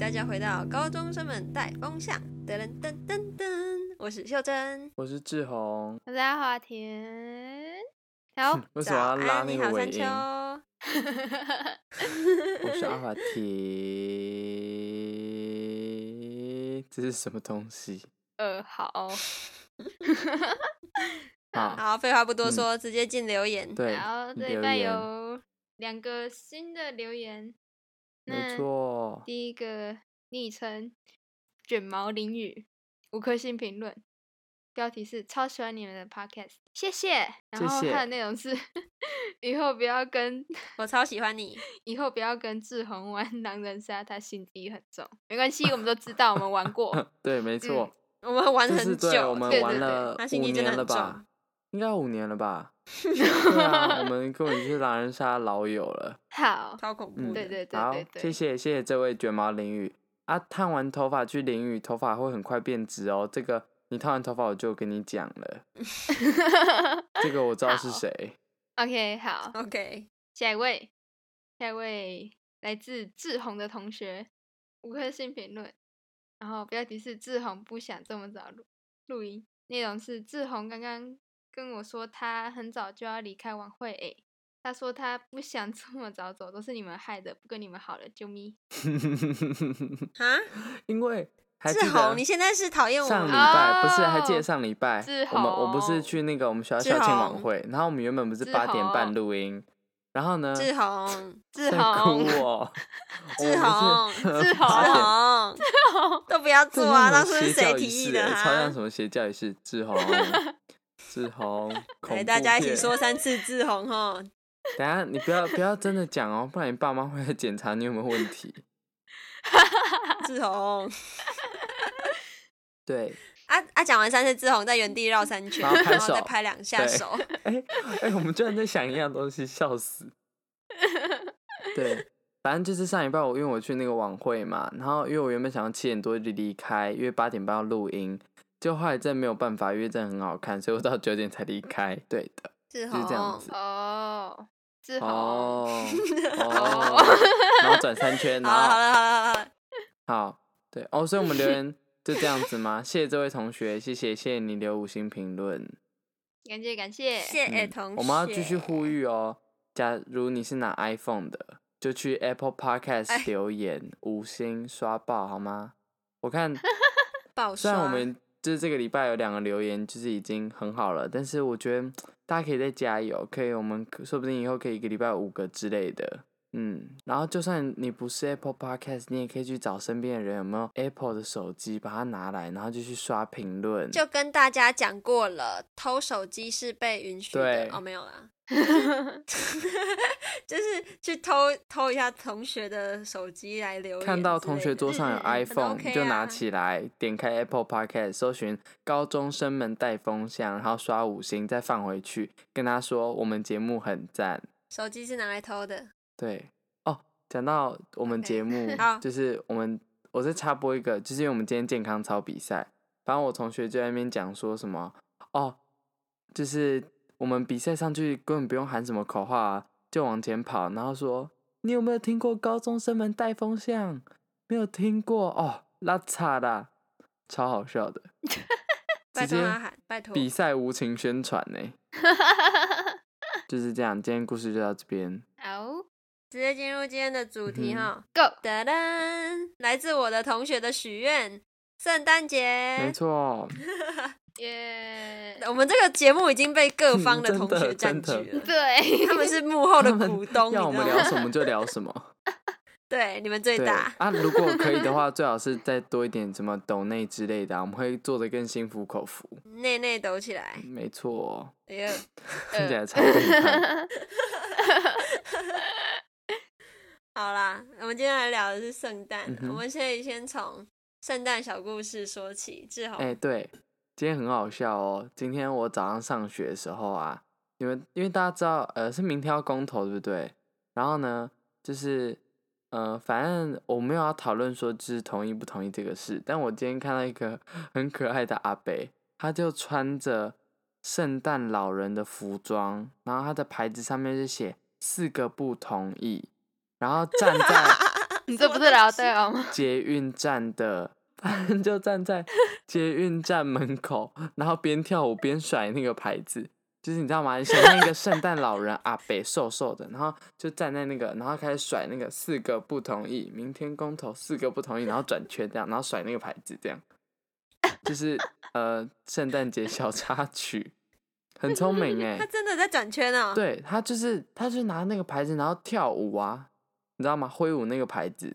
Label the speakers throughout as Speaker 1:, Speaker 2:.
Speaker 1: 大家回到高中生们带风向，噔噔噔噔噔，我是秀珍，
Speaker 2: 我是志宏，
Speaker 3: 我是阿华田。好，
Speaker 2: 为什么要拉那
Speaker 1: 你好，
Speaker 2: 个尾音？
Speaker 1: 山丘。
Speaker 2: 我是阿华田，这是什么东西？
Speaker 3: 好。
Speaker 1: 好，废话不多说，直接进留言。
Speaker 2: 对，
Speaker 3: 然后这礼拜有2个新的留言，
Speaker 2: 没错。
Speaker 3: 第一个昵称卷毛淋雨，5颗星评论，标题是超喜欢你们的 podcast， 谢谢。然后它的内容是以后不要跟
Speaker 1: 我超喜欢你，
Speaker 3: 以后不要跟志宏玩狼人杀，他心机很重。没关系，我们都知道，我们玩过。
Speaker 2: 对，没错。
Speaker 1: 我们玩很久，
Speaker 2: 我们玩了5年了吧？应该5年了吧？对啊，我们根本就是狼人杀老友了。
Speaker 3: 好，
Speaker 1: 超恐怖的。
Speaker 3: 对。
Speaker 2: 好，谢谢这位卷毛淋雨啊！烫完头发去淋雨，头发会很快变直哦。这个你烫完头发我就跟你讲了。这个我知道是谁。
Speaker 3: OK， 好
Speaker 1: ，OK。
Speaker 3: 下一位来自志宏的同学，5颗星评论，然后标题是志宏不想这么早录音，内容是志宏刚刚跟我说他很早就要离开晚会他说他不想这么早走，都是你们害的，不跟你们好了，救命！
Speaker 1: 哈？
Speaker 2: 因为
Speaker 1: 志宏，你现在是讨厌我
Speaker 2: 上礼拜不是？还记得上礼拜我不是去那个我们学校校庆晚会，然后我们原本不是8点半录音，然后呢？
Speaker 1: 志宏，
Speaker 2: 哭哦！
Speaker 1: 志宏，都不要做啊！当初是谁提议的？
Speaker 2: 超像什么邪教仪式？志宏，
Speaker 1: 来，大家一起说3次志宏吼！
Speaker 2: 等下你不要真的讲哦，不然你爸妈会来检查你有没有问题。
Speaker 1: 志宏，
Speaker 2: 对
Speaker 1: 讲完3次志宏，在原地绕3圈，然后再拍2下手。
Speaker 2: 我们居然在想一样东西，笑死。对，反正就是上礼拜因为我去那个晚会嘛，然后因为我原本想要7点多就离开，因为8点半要录音，就后来真的没有办法，因为真的很好看，所以我到9点才离开。对的，
Speaker 1: 就是
Speaker 2: 这样子。
Speaker 3: 志宏，
Speaker 2: 然后转3圈。
Speaker 1: 好了。
Speaker 2: 好，对所以我们留言就这样子吗？谢谢这位同学，谢谢你留5星评论，
Speaker 3: 感谢，
Speaker 1: 谢谢同学。
Speaker 2: 我们要继续呼吁哦，假如你是拿 iPhone 的，就去 Apple Podcast 留言5星刷爆好吗？我看虽然我们就是这个礼拜有2个留言，就是已经很好了，但是我觉得大家可以再加油，我们说不定以后可以1个礼拜5个之类的。然后就算你不是 Apple Podcast， 你也可以去找身边的人有没有 Apple 的手机，把它拿来，然后就去刷评论。
Speaker 1: 就跟大家讲过了，偷手机是被允许的。没有啦。就是去偷一下同学的手机来留言，
Speaker 2: 看到同学桌上有 iPhone，就拿起来，点开 Apple Podcast， 搜寻高中生们带风向，然后刷5星，再放回去，跟他说我们节目很赞。
Speaker 1: 手机是拿来偷的。
Speaker 2: 对讲到我们节目，就是我再插播一个，就是因为我们今天健康操比赛，反正我同学就在那边讲说什么就是我们比赛上去根本不用喊什么口号啊，就往前跑，然后说你有没有听过高中生们带风向？没有听过拉差啦，超好笑的。
Speaker 1: 拜托他喊，拜托。
Speaker 2: 比赛无情宣传呢。就是这样，今天故事就到这边。
Speaker 3: 好，
Speaker 1: 直接进入今天的主题哈。
Speaker 3: Go！
Speaker 1: 噔噔，来自我的同学的许愿，圣诞节。
Speaker 2: 没错。
Speaker 1: 我们这个节目已经被各方的同学占据了。
Speaker 3: 对，
Speaker 1: 他们是幕后的股东。
Speaker 2: 要我们聊什么就聊什么。
Speaker 1: 对，你们最大
Speaker 2: 如果可以的话，最好是再多一点什么抖内之类的，我们会做得更心服口服。
Speaker 1: 内抖起来。
Speaker 2: 没错。
Speaker 1: 听
Speaker 2: 起来超变态。
Speaker 1: 好啦，我们今天来聊的是圣诞。我们可以先从圣诞小故事说起。志宏，
Speaker 2: 对，今天很好笑哦。今天我早上上学的时候啊，因为大家知道，是明天要公投，对不对？然后呢，就是反正我没有要讨论说就是同意不同意这个事，但我今天看到一个很可爱的阿伯，他就穿着圣诞老人的服装，然后他的牌子上面就写4个不同意，然后站在
Speaker 3: 你这不是聊对了吗？
Speaker 2: 捷运站的，他们就站在捷运站门口，然后边跳舞边甩那个牌子，就是你知道吗？你想象一个圣诞老人阿伯瘦瘦的，然后就站在那个，然后开始甩那个4个不同意，明天公投4个不同意，然后转圈这样，然后甩那个牌子这样，就是圣诞节小插曲。很聪明哎，
Speaker 1: 他真的在转圈哦。
Speaker 2: 对，他就是拿那个牌子，然后跳舞啊，你知道吗？挥舞那个牌子，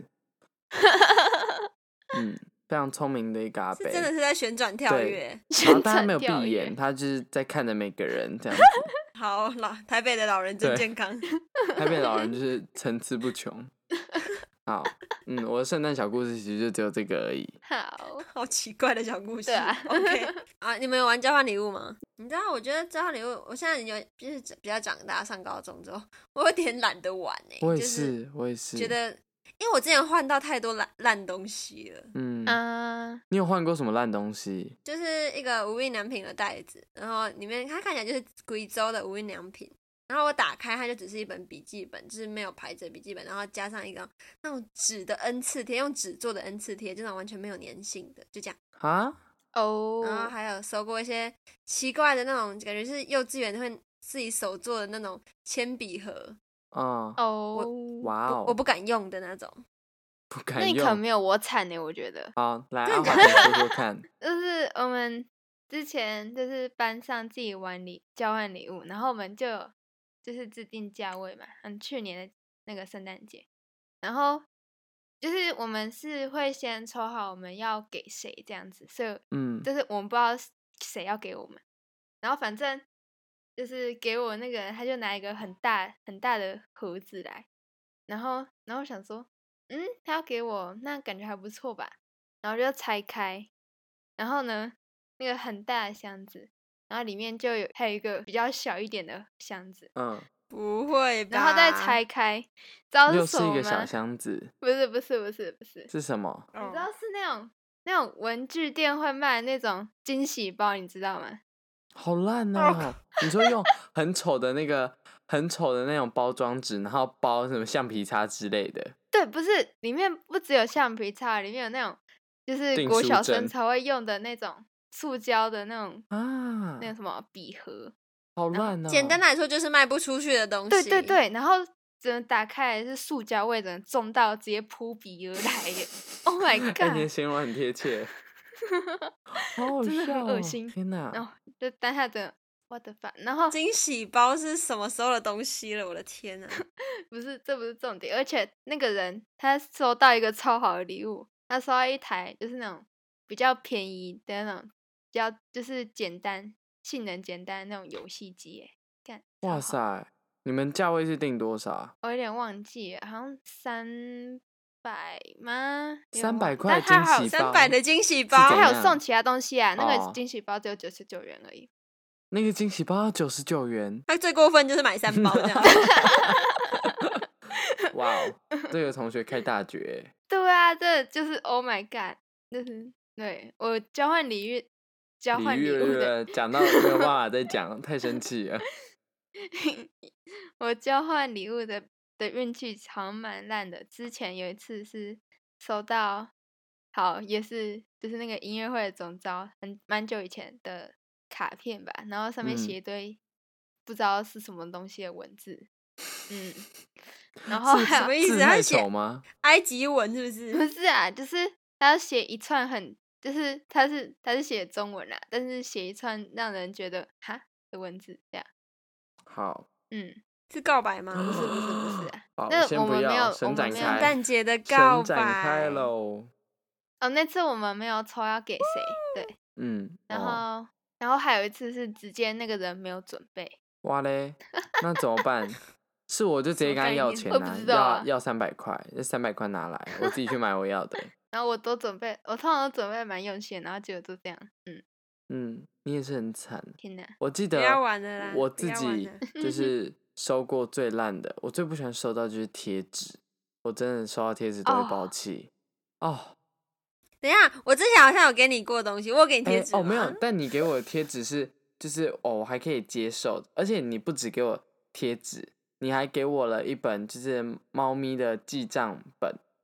Speaker 2: 非常聪明的一个阿伯，
Speaker 1: 是真的是在旋转跳跃。
Speaker 2: 然后他没有闭眼，他就是在看着每个人这样子。
Speaker 1: 好，台北的老人真健康。
Speaker 2: 台北老人就是参差不穷。好，我的圣诞小故事其实就只有这个而已。
Speaker 1: 好奇怪的小故事。
Speaker 3: 对啊
Speaker 1: OK 啊，你们有玩交换礼物吗？你知道，我觉得交换礼物，我现在就是比较长大，上高中之后，我有点懒得玩欸。
Speaker 2: 我也是，我也是。
Speaker 1: 觉得，因为我之前换到太多烂东西了。
Speaker 2: 你有换过什么烂东西？
Speaker 1: 就是一个无印良品的袋子，然后里面它看起来就是贵州的无印良品。然后我打开，它就只是一本笔记本，就是没有牌子的笔记本，然后加上一个那种纸的 N 次贴，用纸做的 N 次贴，这种完全没有粘性的，就这样。
Speaker 2: 啊？
Speaker 3: 哦。
Speaker 1: 然后还有收过一些奇怪的那种，感觉是幼稚园会自己手做的那种铅笔盒。
Speaker 2: 哇哦！
Speaker 1: 我不敢用的那种。
Speaker 2: 不敢用。
Speaker 3: 那你可能没有我惨呢，我觉得。
Speaker 2: 好，来阿华田说说看。
Speaker 3: 就是我们之前就是班上自己玩交换礼物，然后我们就是制定价位嘛，去年的那个圣诞节，然后就是我们是会先抽好我们要给谁这样子，所以就是我们不知道谁要给我们，然后反正就是给我那个人他就拿一个很大很大的盒子来，然后我想说他要给我，那感觉还不错吧，然后就拆开，然后呢那个很大的箱子，然后里面还有一个比较小一点的箱子，
Speaker 1: 不会吧？
Speaker 3: 然后再拆开，知道是什么吗？
Speaker 2: 又是一个小箱子。
Speaker 3: 不是，
Speaker 2: 是什么？
Speaker 3: 你知道是那种文具店会卖的那种惊喜包，你知道吗？
Speaker 2: 好烂哦！你说用很丑的那种包装纸，然后包什么橡皮擦之类的？
Speaker 3: 对，不是，里面不只有橡皮擦，里面有那种就是国小生才会用的那种塑胶的那种那个什么笔盒。
Speaker 2: 好烂哦！
Speaker 1: 简单来说就是卖不出去的东西。
Speaker 3: 对，然后整个打开来是塑胶味，整个重到直接扑鼻而来耶！Oh my god！
Speaker 2: 你的形容很贴切，好
Speaker 3: 真的很恶
Speaker 2: 心！
Speaker 3: 心！
Speaker 2: 天哪！
Speaker 3: 然后就当下的 what the fuck！ 然后
Speaker 1: 惊喜包是什么时候的东西了？我的天哪！
Speaker 3: 不是，这不是重点，而且那个人他收到一个超好的礼物，他收到一台就是那种比较便宜的那种，比较就是性能简单的那种游戏机耶。
Speaker 2: 哇塞！你们价位是定多少？
Speaker 3: 我有点忘记了，好像300吗
Speaker 2: ？300块惊喜包
Speaker 1: ，300的惊喜包，
Speaker 3: 还有送其他东西啊。那个惊喜包只有99元而已。
Speaker 2: 那个惊喜包要99元？
Speaker 1: 他最过分就是买3包这样。
Speaker 2: 哇哦，这个同学开大绝。
Speaker 3: 对啊，这就是 Oh my god， 就是对我交换礼物的，
Speaker 2: 讲到没有办法再讲，太生气了。
Speaker 3: 我交换礼物的运气好像蛮烂的。之前有一次是收到，也是就是那个音乐会的总召，蛮久以前的卡片吧，然后上面写一堆不知道是什么东西的文字，然后
Speaker 1: 什么意思？他写
Speaker 2: 吗？
Speaker 1: 埃及文是不是？
Speaker 3: 不是啊，就是他要写一串就是他是写中文啦，但是写一串让人觉得哈的文字这样。
Speaker 2: 好，
Speaker 1: 是告白吗？
Speaker 3: 不是啊。
Speaker 2: 那
Speaker 3: 我们没有
Speaker 2: 圣诞
Speaker 1: 节的告白
Speaker 2: 展开喽。
Speaker 3: 那次我们没有抽要给谁，对，然后还有一次是直接那个人没有准备。
Speaker 2: 哇嘞，那怎么办？是我就直接跟他要钱要300块，这300块拿来，我自己去买我要的。
Speaker 3: 然后我通常都准备蛮用心，然后结果就这样，
Speaker 2: 你也是很惨。
Speaker 3: 天哪！
Speaker 2: 我记得我自己就是收过最烂的，我最不喜欢收到就是贴纸，我真的收到贴纸都会爆气。
Speaker 1: 等一下，我之前好像有给你过东西，我有给你贴纸吗？
Speaker 2: 没有，但你给我的贴纸就是我还可以接受，而且你不只给我贴纸，你还给我了一本就是猫咪的记账本，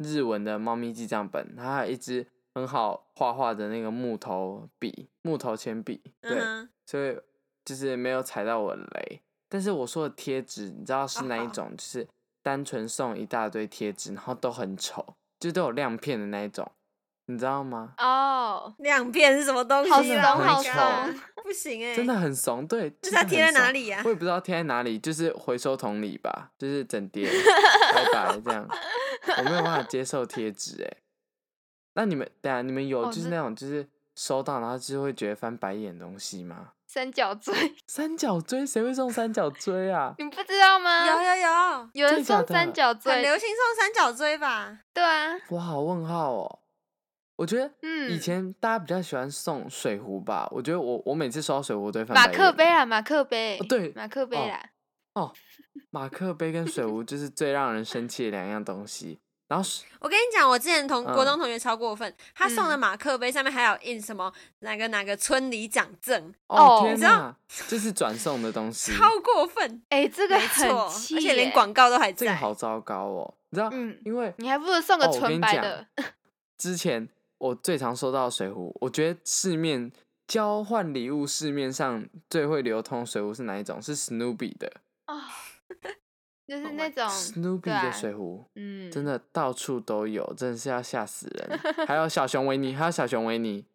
Speaker 2: 日文的猫咪记账本，它还有一支很好画画的那个木头铅笔，对，所以就是没有踩到我的雷。但是我说的贴纸，你知道是那一种，就是单纯送一大堆贴纸，然后都很丑，就都有亮片的那一种，你知道吗？
Speaker 1: 亮片是什么东西？
Speaker 3: 好怂好怂，
Speaker 1: 不行
Speaker 2: 真的很怂。对，
Speaker 1: 这是它贴在哪里呀？
Speaker 2: 我也不知道贴在哪里，就是回收桶里吧，就是整叠拜拜这样。我没有办法接受贴纸那你们等下你们有就是那种就是收到然后就会觉得翻白眼的东西吗？
Speaker 3: 三角锥，
Speaker 2: 三角锥谁会送三角锥啊？
Speaker 3: 你不知道吗？
Speaker 1: 有
Speaker 3: 人送三角锥，
Speaker 1: 很流行送三角锥吧？
Speaker 3: 对啊，
Speaker 2: 我好问号哦。我觉得以前大家比较喜欢送水壶吧，我觉得我每次收到水壶都会翻白眼。
Speaker 3: 马克杯，
Speaker 2: 对，
Speaker 3: 马克杯啦。
Speaker 2: 马克杯跟水壶就是最让人生气的两样东西。然后
Speaker 1: 我跟你讲，我之前国中同学超过分，他送的马克杯上面还有印什么哪个村里长证
Speaker 2: 天哪，这是转送的东西，
Speaker 1: 超过分。
Speaker 3: 这个很气，
Speaker 1: 而且连广告都还在，
Speaker 2: 这个好糟糕哦。你知道，因为
Speaker 3: 你还不如送个纯白的。
Speaker 2: 之前我最常收到的水壶，我觉得交换礼物市面上最会流通水壶是哪一种？是 Snoopy 的
Speaker 3: 就是那种
Speaker 2: Snoopy 的水壶，真的到处都有，真的是要吓死人。还有小熊维尼，小熊维尼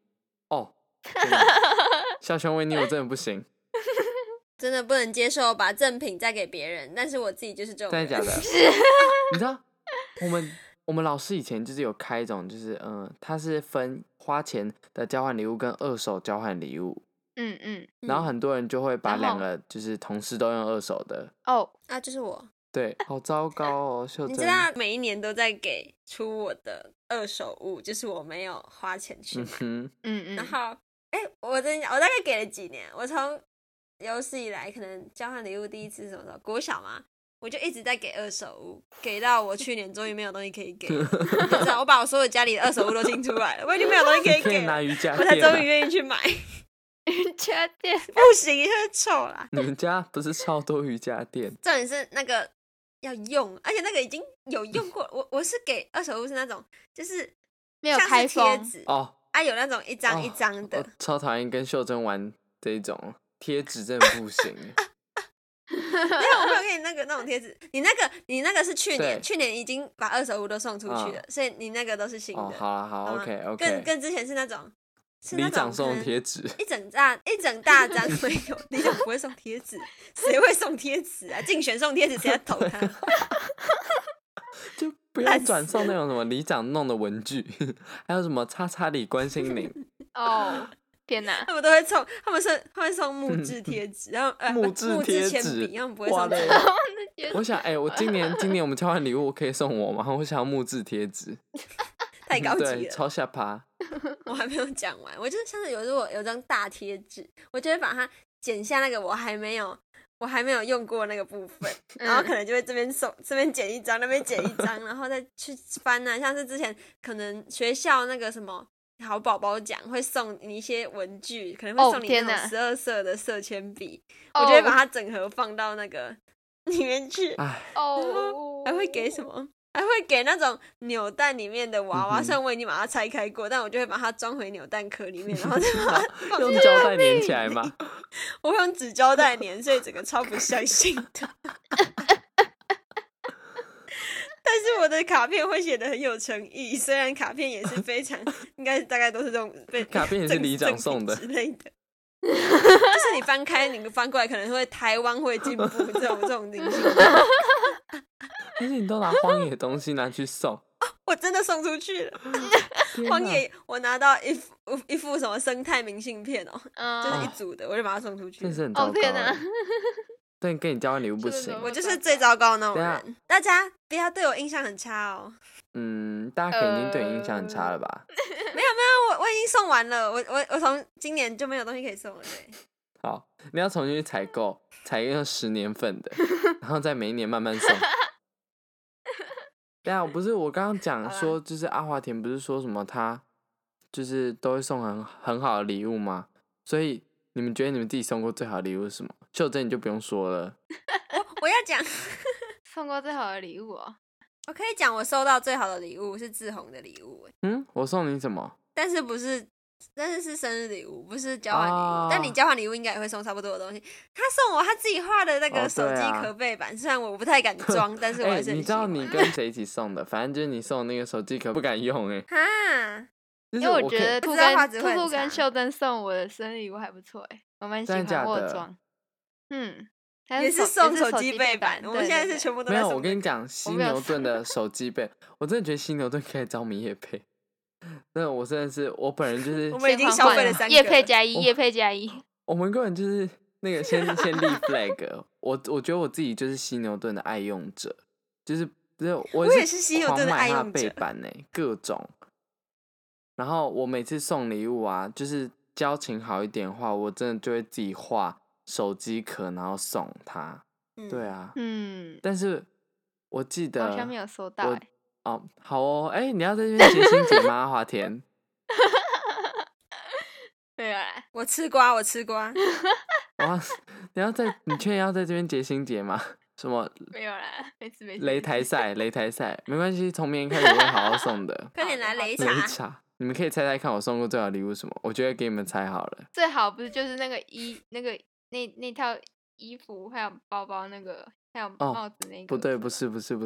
Speaker 2: 我真的不行，
Speaker 1: 真的不能接受把赠品再给别人，但是我自己就是这种人。
Speaker 2: 真的假的？你知道我们老师以前就是有开一种，就是他是分花钱的交换礼物跟二手交换礼物。然后很多人就会把两个就是同事都用二手的。
Speaker 1: 就是我。
Speaker 2: 对，好糟糕哦，秀珍。
Speaker 1: 你知道每一年都在给出我的二手物，就是我没有花钱去买。然后我大概给了几年，我从有史以来可能交换礼物第一次是什么时候？国小嘛，我就一直在给二手物，给到我去年终于没有东西可以给了。你知道，我把我所有家里的二手物都清出来了，我已经没有东西可以给了，我才终于愿意去买。
Speaker 3: 瑜伽垫
Speaker 1: 不行，太臭啦。
Speaker 2: 你们家不是超多瑜伽垫？
Speaker 1: 重点是那个要用，而且那个已经有用过。我是给二手物是那种就是
Speaker 3: 没有开封
Speaker 1: 贴纸有那种一张一张的。
Speaker 2: 我超讨厌跟秀珍玩这一种贴纸，真的不行。
Speaker 1: 没有，我没有给你那种贴纸。你那个是去年已经把二手物都送出去了，所以你那个都是新的。
Speaker 2: 好 OK。
Speaker 1: 跟之前是那种。
Speaker 2: 里长送贴纸，
Speaker 1: 一整大张没有，里长不会送贴纸，谁会送贴纸啊？竞选送贴纸，谁要投他？
Speaker 2: 就不要转送那种什么里长弄的文具，还有什么叉叉里关心您。
Speaker 3: 天哪！
Speaker 1: 他们都会送，他们送木质贴纸，然后
Speaker 2: 木质
Speaker 1: 铅笔，他们不会送贴
Speaker 2: 纸。我想，我今年我们交换礼物可以送我吗？我想要木质贴纸。
Speaker 1: 太高级了，
Speaker 2: 对，超下趴。
Speaker 1: 我还没有讲完，我就是像是有张大贴纸，我就会把它剪下那个我还没有用过那个部分，然后可能就会这边剪一张，那边剪一张，然后再去翻啊。像是之前可能学校那个什么好宝宝奖会送你一些文具，可能会送你那种12色的色铅笔，我就会把它整合放到那个里面去。还会给什么？还会给那种扭蛋里面的娃娃，虽然我已经把它拆开过，但我就会把它装回扭蛋壳里面，然后再把它放
Speaker 2: 用胶带粘起来吗？
Speaker 1: 我会用纸胶带粘，所以整个超不相信的。但是我的卡片会写得很有诚意，虽然卡片也是非常，应该大概都是这种
Speaker 2: 卡片也是里长送的
Speaker 1: 之类的。就是你翻开，你翻过来可能会台湾会进步这种东西。
Speaker 2: 但是你都拿荒野的东西拿去送，
Speaker 1: 我真的送出去了。荒野，我拿到一副什么生态明信片就是一组的，我就把它送出去。
Speaker 2: 真是很糟糕。但跟你交换礼物不行，
Speaker 1: 我就是最糟糕的那种人。大家不要对我印象很差哦。
Speaker 2: 大家肯定对你印象很差了吧？
Speaker 1: 没有，我已经送完了。我从今年就没有东西可以送了。对。
Speaker 2: 好，你要重新去采购10年份的，然后再每一年慢慢送。对啊，我刚刚讲说，就是阿华田不是说什么他就是都会送很好的礼物吗？所以你们觉得你们自己送过最好的礼物是什么？秀珍你就不用说了。
Speaker 1: 我要讲
Speaker 3: 送过最好的礼物
Speaker 1: 我可以讲我收到最好的礼物是志宏的礼物。
Speaker 2: 我送你什么？
Speaker 1: 但是是生日礼物，不是交换礼物。但你交换礼物应该也会送差不多的东西。他送我他自己画的那个手机壳背板，虽然我不太敢装，但是我还是很喜欢。
Speaker 2: 你知道你跟谁一起送的？反正就是你送的那个手机壳不敢用
Speaker 3: 因为我觉得兔跟秀珍送我的生日礼物还不错我蛮喜欢我装。
Speaker 1: 也是送手机背板，我们现在是全部都在送。
Speaker 2: 没有，我跟你讲，犀牛顿的手机背，我真的觉得犀牛顿可以找我们业配。那我真的是，我本人就是
Speaker 1: 我们已经消费了3个，
Speaker 3: 业配加1，业配加1。
Speaker 2: 我们根本就是那个先立 flag。我觉得我自己就是犀牛顿的爱用者，就是我
Speaker 1: 也是犀牛顿的爱用者。
Speaker 2: 背板各种。然后我每次送礼物啊，就是交情好一点的话，我真的就会自己画手机壳，然后送他。对啊，但是我记得
Speaker 3: 好像没有收到
Speaker 2: 好哦，你要在这边结心结吗？华田，
Speaker 3: 没有啦，
Speaker 1: 我吃瓜。
Speaker 2: 你确定要在这边结心结吗？什么？
Speaker 3: 没有啦，没事。
Speaker 2: 擂台赛，没关系，从明天开始我会好好送的。
Speaker 1: 快点来擂
Speaker 2: 茶，你们可以猜猜看我送过最好的礼物是什么？我觉得给你们猜好了。
Speaker 3: 最好不是就是那个那套衣服，还有包包那个，还有帽子那个？
Speaker 2: 不对，不是。
Speaker 3: 不是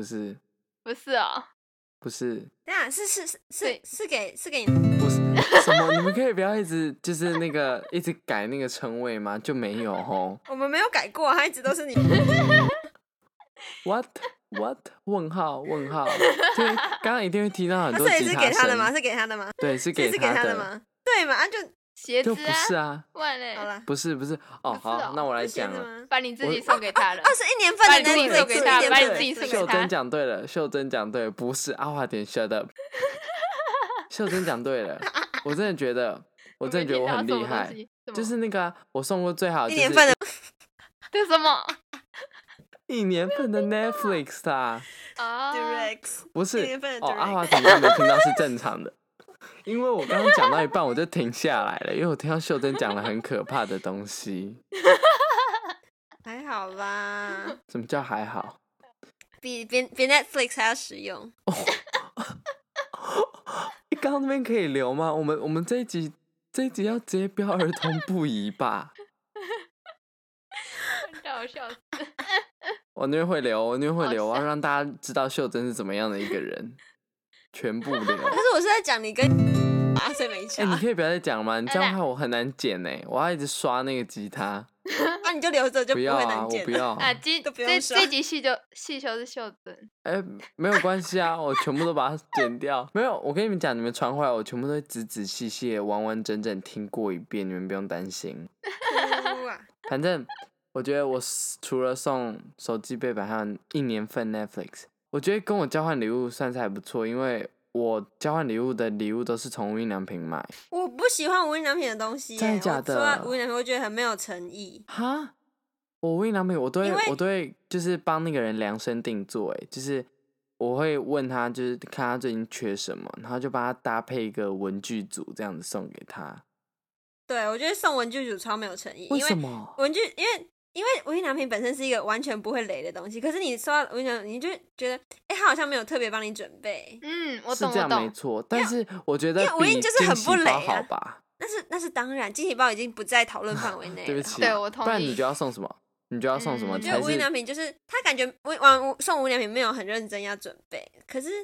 Speaker 2: 不是，
Speaker 1: 对啊，是给你，
Speaker 2: 不是什么？你们可以不要一直就是那个一直改那个称谓吗？就没有齁。
Speaker 1: 我们没有改过，它一直都是你。
Speaker 2: What？ 问号？对，刚刚一定会听到很多吉他声。
Speaker 1: 是给他的吗？是给他的吗？
Speaker 2: 对，是给他的
Speaker 1: 吗？对嘛？就
Speaker 3: 鞋子
Speaker 2: 就不是啊。
Speaker 3: 完了，
Speaker 1: 好了，
Speaker 2: 不是好，那我来讲了。
Speaker 3: 把你自己送给他了。
Speaker 1: 21年份的
Speaker 3: 那个送给他，把你自己送给他。
Speaker 2: 秀珍讲对了，不是阿华田 shut up。秀珍讲对了，我真的觉得我很厉害，就是那个我送过最好的1
Speaker 1: 年份的。
Speaker 3: 这什么
Speaker 2: ？1年份的 Netflix 啊
Speaker 1: ，Direct
Speaker 2: 不是阿华田没听到是正常的。因为我刚刚讲到一半我就停下来了，因为我听到秀珍讲了很可怕的东西。
Speaker 1: 还好吧？
Speaker 2: 什么叫还好？
Speaker 1: 比 Netflix 还要实用。
Speaker 2: 刚刚那边可以留吗？我们这一集要直接标儿童不宜吧？
Speaker 3: 让我笑死！
Speaker 2: 我那边会留，我要让大家知道秀珍是怎么样的一个人。全部留。
Speaker 1: 可是我是在讲你跟所以没差。
Speaker 2: 你可以不要再讲吗？你这样的话我很难剪我要一直刷那个吉他。
Speaker 1: 你就留着就不会难剪。
Speaker 2: 我不要。
Speaker 3: 这集戏球是秀珍。
Speaker 2: 没有关系啊，我全部都把它剪掉。没有，我跟你们讲，你们传回来，我全部都会仔仔细细、完完整整听过一遍，你们不用担心。反正我觉得我除了送手机背板，还有1年份 Netflix。我觉得跟我交换礼物算是还不错，因为我交换礼物的礼物都是从无印良品买。
Speaker 1: 我不喜欢无印良品的东西
Speaker 2: 真的假的？
Speaker 1: 我说无印良品，我觉得很没有诚意。
Speaker 2: 哈，我无印良品我都会就是帮那个人量身定做，就是我会问他，就是看他最近缺什么，然后就帮他搭配一个文具组这样子送给他。
Speaker 1: 对，我觉得送文具组超没有诚意。
Speaker 2: 为什么？
Speaker 1: 因为无印良品本身是一个完全不会雷的东西，可是你收到无印良品，你就觉得，他好像没有特别帮你准备。
Speaker 3: 我懂，
Speaker 2: 是这样没错。但是我觉得
Speaker 1: 无印就是很不雷
Speaker 2: 好吧？
Speaker 1: 那是当然，惊喜包已经不在讨论范围内了。
Speaker 2: 对不起，
Speaker 3: 对我同意。
Speaker 2: 不然你就要送什么？我
Speaker 1: 觉得无印良品就是他感觉送无印良品没有很认真要准备，可是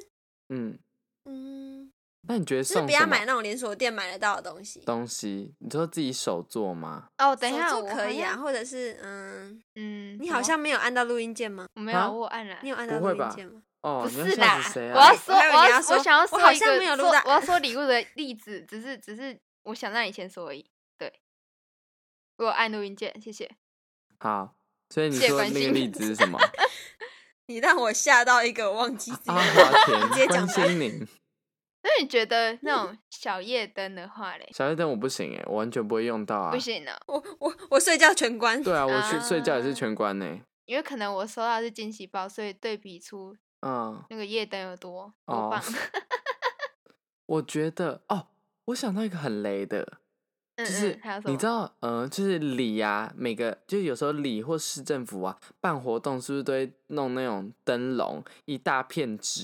Speaker 2: 那你觉得送什么？
Speaker 1: 就是不要买那种连锁店买得到的东西。
Speaker 2: 你说自己手做吗？
Speaker 3: 等一下，
Speaker 1: 手做可以啊，或者是你好像没有按到录音键吗？
Speaker 3: 我没有，我按了。
Speaker 1: 你有按到录音键吗？
Speaker 2: 不
Speaker 3: 是啦，我想要说一个，我要说礼物的例子，只是我想让你先说而已。对，我有按录音键，谢谢。
Speaker 2: 好，所以你说那个例子是什么？
Speaker 1: 你让我吓到一个，我忘记
Speaker 2: 阿华田
Speaker 1: 直接讲
Speaker 2: 心灵。
Speaker 3: 那你觉得那种小夜灯的话嘞？
Speaker 2: 小夜灯我不行我完全不会用到啊。
Speaker 3: 不行的，
Speaker 1: 我睡觉全关。
Speaker 2: 对啊，我睡觉也是全关
Speaker 3: 因为可能我收到的是惊喜包，所以对比出那个夜灯有多棒。
Speaker 2: 我觉得我想到一个很雷的，就是你知道就是里啊，每个就是有时候里或市政府啊办活动，是不是都会弄那种灯笼，一大片纸，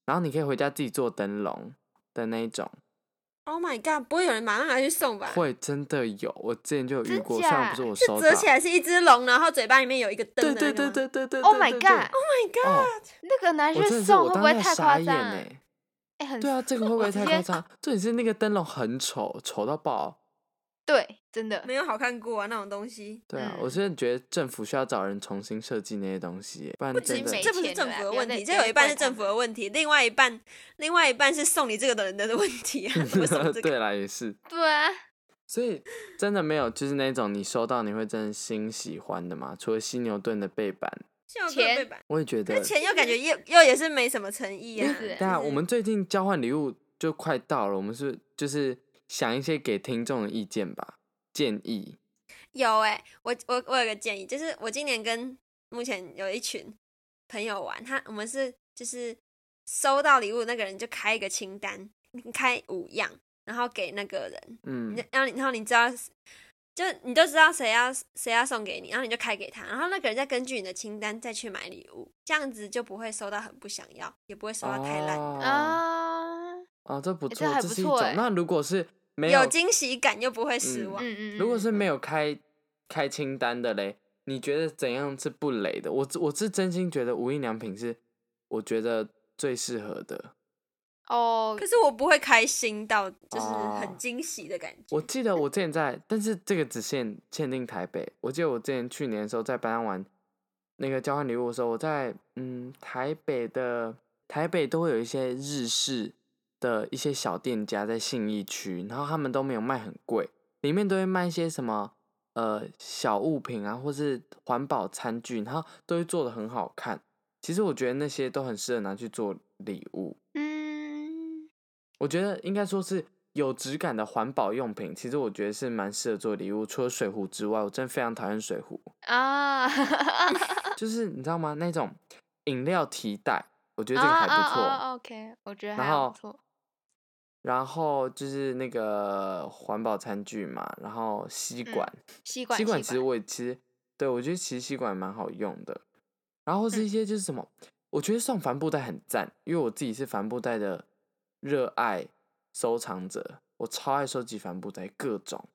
Speaker 2: 然后你可以回家自己做灯笼的那一种。
Speaker 1: Oh my god！ 不会有人马上拿去送吧？
Speaker 2: 会，真的有，我之前就有遇过，虽然不是我
Speaker 1: 收到，是折起来是一只龙，然后嘴巴里面有一个灯的那个吗？
Speaker 2: 对。
Speaker 3: Oh my god！
Speaker 1: Oh my god！
Speaker 3: 那个拿去送会不会太夸张？
Speaker 2: 很对啊，这个会不会太夸张？重点是那个灯笼很丑，丑到爆。
Speaker 3: 对，真的
Speaker 1: 没有好看过啊，那种东西。
Speaker 2: 对啊，我真的觉得政府需要找人重新设计那些东西，不然真的
Speaker 1: 这不是政府的问题，这有一半是政府的问题，另外一半是送你这个的人的问题啊。
Speaker 2: 对啦，也是。
Speaker 3: 对啊。
Speaker 2: 所以真的没有就是那种你收到你会真心喜欢的嘛？除了犀牛盾的背板。
Speaker 1: 钱，
Speaker 2: 我也觉得。
Speaker 1: 钱又感觉又也是没什么诚意啊。
Speaker 2: 对啊，我们最近交换礼物就快到了，我们就是想一些给听众的意见吧，建议。
Speaker 1: 有我有个建议，就是我今年跟目前有一群朋友玩，我们是就是收到礼物那个人就开一个清单，开5样，然后给那个人，然后你知道。就你都知道谁要送给你，然后你就开给他，然后那个人再根据你的清单再去买礼物，这样子就不会收到很不想要，也不会收到太烂
Speaker 2: 的。这不错，
Speaker 3: 这
Speaker 2: 是一种。那如果是没
Speaker 1: 有惊喜感又不会失望，
Speaker 2: 如果是没有开清单的嘞，你觉得怎样是不雷的？我是真心觉得无印良品是我觉得最适合的。
Speaker 1: 可是我不会开心到就是很惊喜的感觉。
Speaker 2: 我记得我之前但是这个只限定台北。我记得我之前去年的时候在班上玩那个交换礼物的时候，我在台北都会有一些日式的一些小店家在信义区，然后他们都没有卖很贵，里面都会卖一些什么小物品啊，或是环保餐具，然后都会做得很好看。其实我觉得那些都很适合拿去做礼物。我觉得应该说是有质感的环保用品，其实我觉得是蛮适合做礼物。除了水壶之外，我真的非常讨厌水壶啊，就是你知道吗？那种饮料提袋，我觉得这个还不错。
Speaker 3: OK， 我觉得还不错。
Speaker 2: 然后就是那个环保餐具嘛，然后吸管，其实我对我觉得其实吸管蛮好用的。然后是一些就是什么，我觉得送帆布袋很赞，因为我自己是帆布袋的热爱收藏者，我超爱收集帆布袋，各种。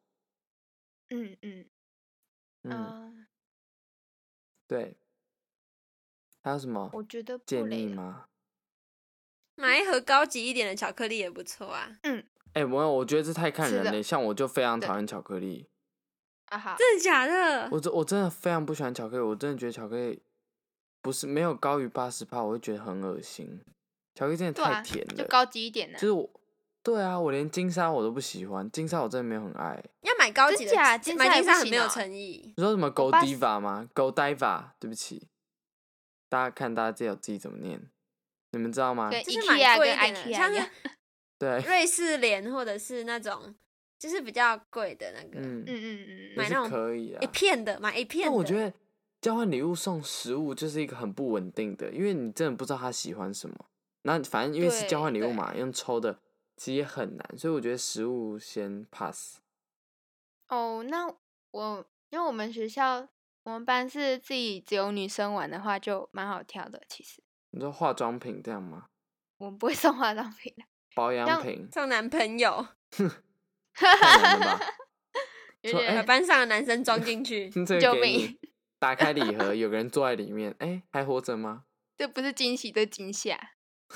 Speaker 2: 对。还有什么？
Speaker 3: 我觉得
Speaker 2: 建议吗？
Speaker 1: 买一盒高级一点的巧克力也不错啊。
Speaker 2: 我觉得这太看人了，像我就非常讨厌巧克力。
Speaker 1: 真的假的？
Speaker 2: 我真的非常不喜欢巧克力，我真的觉得巧克力没有高于80%，我会觉得很恶心。巧克力真的太甜了，
Speaker 3: 就高级一点的。
Speaker 2: 就是对啊，我连金沙我都不喜欢，金沙我真的没有很爱。
Speaker 1: 要买高级的，买金沙很没有诚意。
Speaker 2: 你说什么 Godiva 吗 ？Godiva， 对不起，大家自己怎么念？你们知道吗？
Speaker 1: 对，就是买贵一点的，像是
Speaker 2: 对
Speaker 1: 瑞士莲或者是那种就是比较贵的那个，买那种
Speaker 2: 可以啊，
Speaker 1: 一片的，买一片的。
Speaker 2: 但我觉得交换礼物送食物就是一个很不稳定的，因为你真的不知道他喜欢什么。那反正因为是交换礼物嘛，用抽的其实也很难，所以我觉得食物先 pass。
Speaker 3: 那因为我们学校我们班是自己只有女生玩的话，就蛮好挑的。其实
Speaker 2: 你说化妆品这样吗？
Speaker 3: 我们不会送化妆品的，
Speaker 2: 保养品
Speaker 1: 送男朋友，
Speaker 2: 太难了吧？
Speaker 1: 把班上的男生装进去，
Speaker 3: 救命！
Speaker 2: 打开礼盒，有个人坐在里面，还活着吗？
Speaker 3: 这不是惊喜，这惊吓。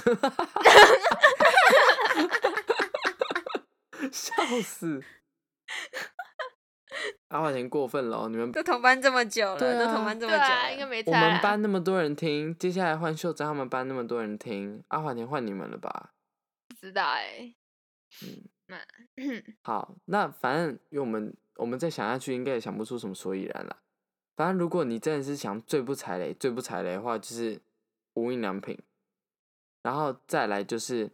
Speaker 2: 笑死！阿华田过分了，你们
Speaker 1: 都同班这么久了，都同班这么久了，
Speaker 3: 应该没差。
Speaker 2: 我们班那么多人听，接下来换秀珍他们班那么多人听，阿华田换你们了吧？
Speaker 3: 不知道
Speaker 2: 好，那反正因为我们再想下去，应该也想不出什么所以然啦。反正如果你真的是想最不踩雷的话，就是无印良品，然后再来就是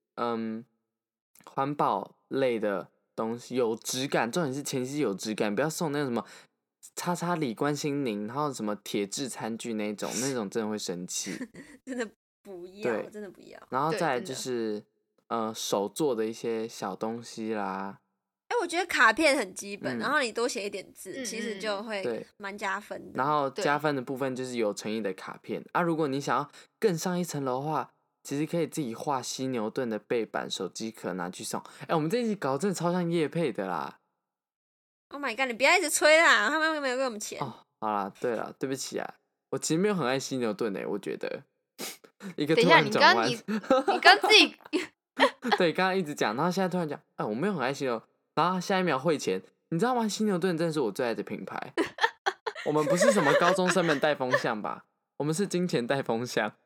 Speaker 2: 环保类的东西，有质感，重点是前提是有质感，不要送那种什么叉叉李关心宁，然后什么铁质餐具那种真的会生气。
Speaker 1: 真的不要，真的不要。
Speaker 2: 然后再来就是手做的一些小东西啦。
Speaker 1: 我觉得卡片很基本，然后你多写一点字，其实就会蛮加分的。
Speaker 2: 然后加分的部分就是有诚意的卡片啊。如果你想要更上一层楼的话， 其实可以自己画犀牛盾的背板、手机壳拿去送。我们这一集搞真的超像业配的啦。
Speaker 1: Oh my god！ 你不要一直吹啦，他们没有给我们钱。
Speaker 2: 哦，好啦，对啦，对不起啊，我其实没有很爱犀牛盾我觉得。一个
Speaker 3: 等一下，你刚自己
Speaker 2: 对，刚刚一直讲，然后现在突然讲，我没有很爱犀牛，然后下一秒汇钱，你知道吗？犀牛盾真的是我最爱的品牌。我们不是什么高中生们带风向吧？我们是金钱带风向。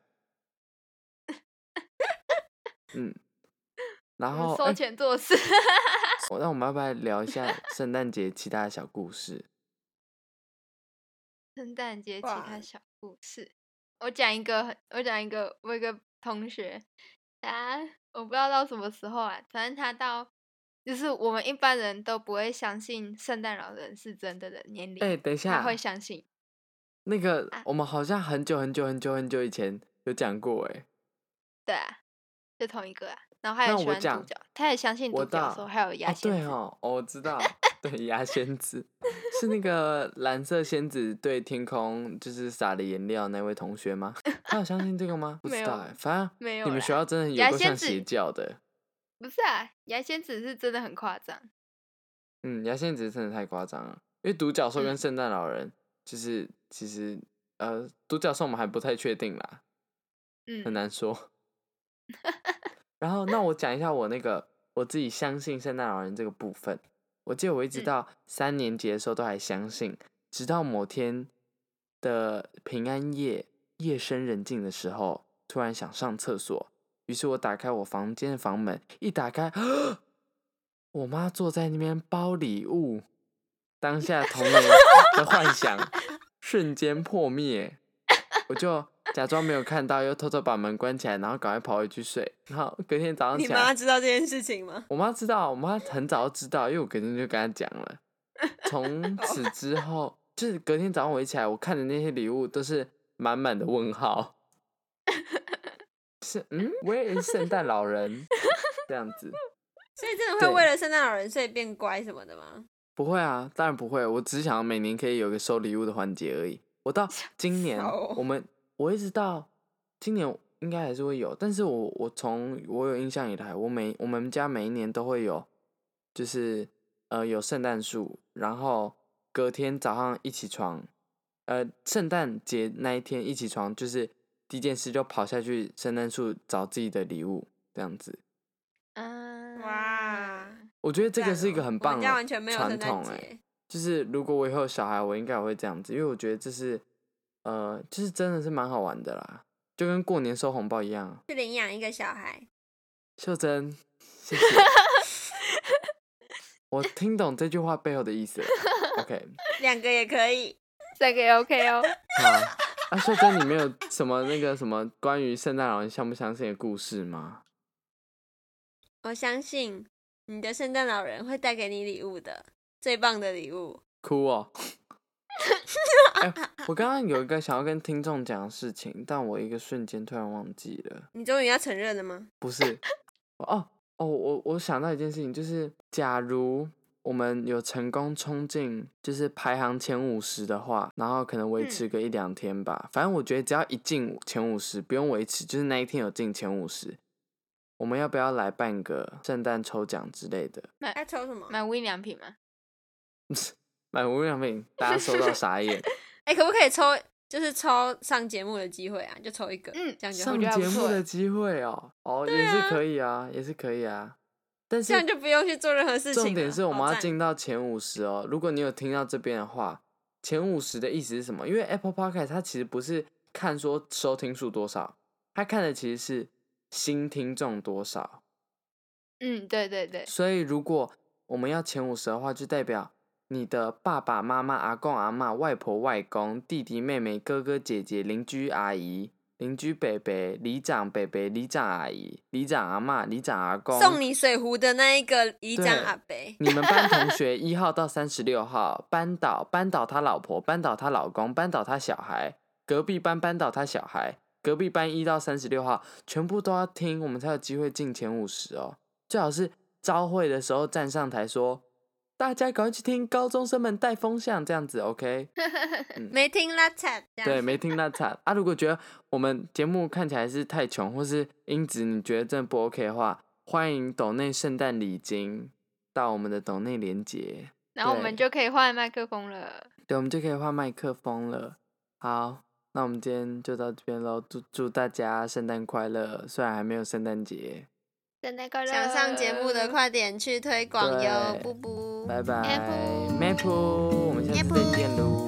Speaker 2: 然后
Speaker 3: 收钱做事。
Speaker 2: 那我们要不要聊一下圣诞节其他的小故事？
Speaker 3: 圣诞节其他小故事，我讲一个，我有一个同学，我不知道到什么时候啊，反正他到就是我们一般人都不会相信圣诞老人是真的年龄。
Speaker 2: 等一下，
Speaker 3: 他会相信。
Speaker 2: 那个我们好像很久以前有讲过
Speaker 3: 对啊，就同一个啊。然后还有喜欢独角，他也相信独角兽，还有牙仙子。
Speaker 2: 对哦，我知道，对，牙仙子是那个蓝色仙子对天空就是撒了颜料那位同学吗？他有相信这个吗？不知道反正
Speaker 3: 没有。
Speaker 2: 你们学校真的有够像邪教的。
Speaker 3: 不是啊，牙仙子是真的很夸张。
Speaker 2: 牙仙子真的太夸张了，因为独角兽跟圣诞老人就是其实独角兽我们还不太确定啦，很难说。然后，那我讲一下我自己相信圣诞老人这个部分。我记得我一直到3年级的时候都还相信，直到某天的平安夜，夜深人静的时候，突然想上厕所，于是我打开我房间的房门，一打开，我妈坐在那边包礼物，当下童年的幻想瞬间破灭，我就假装没有看到，又偷偷把门关起来，然后赶快跑回去睡。然后隔天早上起来，
Speaker 1: 你妈知道这件事情吗？
Speaker 2: 我妈知道，我妈很早就知道，因为我隔天就跟她讲了。从此之后，就是隔天早上我一起来，我看的那些礼物都是满满的问号。是Where is 圣诞老人？这样子。
Speaker 1: 所以真的会为了圣诞老人所以变乖什么的吗？
Speaker 2: 不会啊，当然不会。我只是想要每年可以有个收礼物的环节而已。我到今年，我一直到今年应该还是会有，但是我从我有印象以来，我们家每一年都会有，就是有圣诞树，然后隔天早上一起床，圣诞节那一天一起床，就是第一件事就跑下去圣诞树找自己的礼物，这样子。
Speaker 1: 哇！
Speaker 2: 我觉得这个是一个很棒的
Speaker 1: 传统
Speaker 2: 就是如果我以后有小孩，我应该也会这样子，因为我觉得这是就是真的是蛮好玩的啦，就跟过年收红包一样。
Speaker 1: 去领养一个小孩。
Speaker 2: 秀珍，谢谢。我听懂这句话背后的意思了。OK，
Speaker 1: 2个也可以
Speaker 3: ，3个也 OK 哦。
Speaker 2: 好，秀珍，你没有什么那个什么关于圣诞老人相不相信的故事吗？
Speaker 1: 我相信你的圣诞老人会带给你礼物的，最棒的礼物。
Speaker 2: 哭哦！我刚刚有一个想要跟听众讲的事情，但我一个瞬间突然忘记了。
Speaker 1: 你终于要承认了吗？
Speaker 2: 不是，我想到一件事情，就是假如我们有成功冲进就是排行前50的话，然后可能维持个1-2天吧。反正我觉得只要一进前50，不用维持，就是那一天有进前50。我们要不要来办个圣诞抽奖之类的？
Speaker 1: 要抽什么？
Speaker 3: 买无印良品吗？
Speaker 2: 买无印良品，大家收到傻眼。
Speaker 1: 可不可以抽？就是抽上节目的机会啊，就抽一个。这样就
Speaker 2: 上节目的机会也是可以啊，也是可以啊。但是
Speaker 1: 这样就不用去做任何事情了。
Speaker 2: 重点是我们要进到前50哦。如果你有听到这边的话，前50的意思是什么？因为 Apple Podcast 它其实不是看说收听数多少，它看的其实是新听众多少。
Speaker 3: 对对对。
Speaker 2: 所以如果我们要前50的话，就代表你的爸爸妈妈、阿公阿嬷、外婆外公、弟弟妹妹、哥哥姐姐、邻居阿姨、邻居伯伯、里长伯伯、里长阿姨、里长阿嬷、里长阿公，
Speaker 1: 送你水壶的那一个里长阿伯，
Speaker 2: 你们班同学1号到36号，班导他老婆，班导他老公，班导他小孩，隔壁班班导他小孩，隔壁班1到36号，全部都要听，我们才有机会进前50哦。最好是朝会的时候站上台说， 大家赶快去听高中生们带风向这样子 OK
Speaker 1: 没听拉惨，
Speaker 2: 对，没听拉惨啊。如果觉得我们节目看起来是太穷，或是音质你觉得真的不 OK 的话，欢迎抖内圣诞礼金到我们的抖内连结，
Speaker 3: 然后我们就可以换麦克风了。
Speaker 2: 对，我们就可以换麦克风了。好，那我们今天就到这边咯，祝大家圣诞快乐，虽然还没有圣诞节。
Speaker 3: 圣诞快乐！
Speaker 1: 想上节目的快点去推广哟，布布，
Speaker 2: 拜拜，Maple，我们下次再见喽。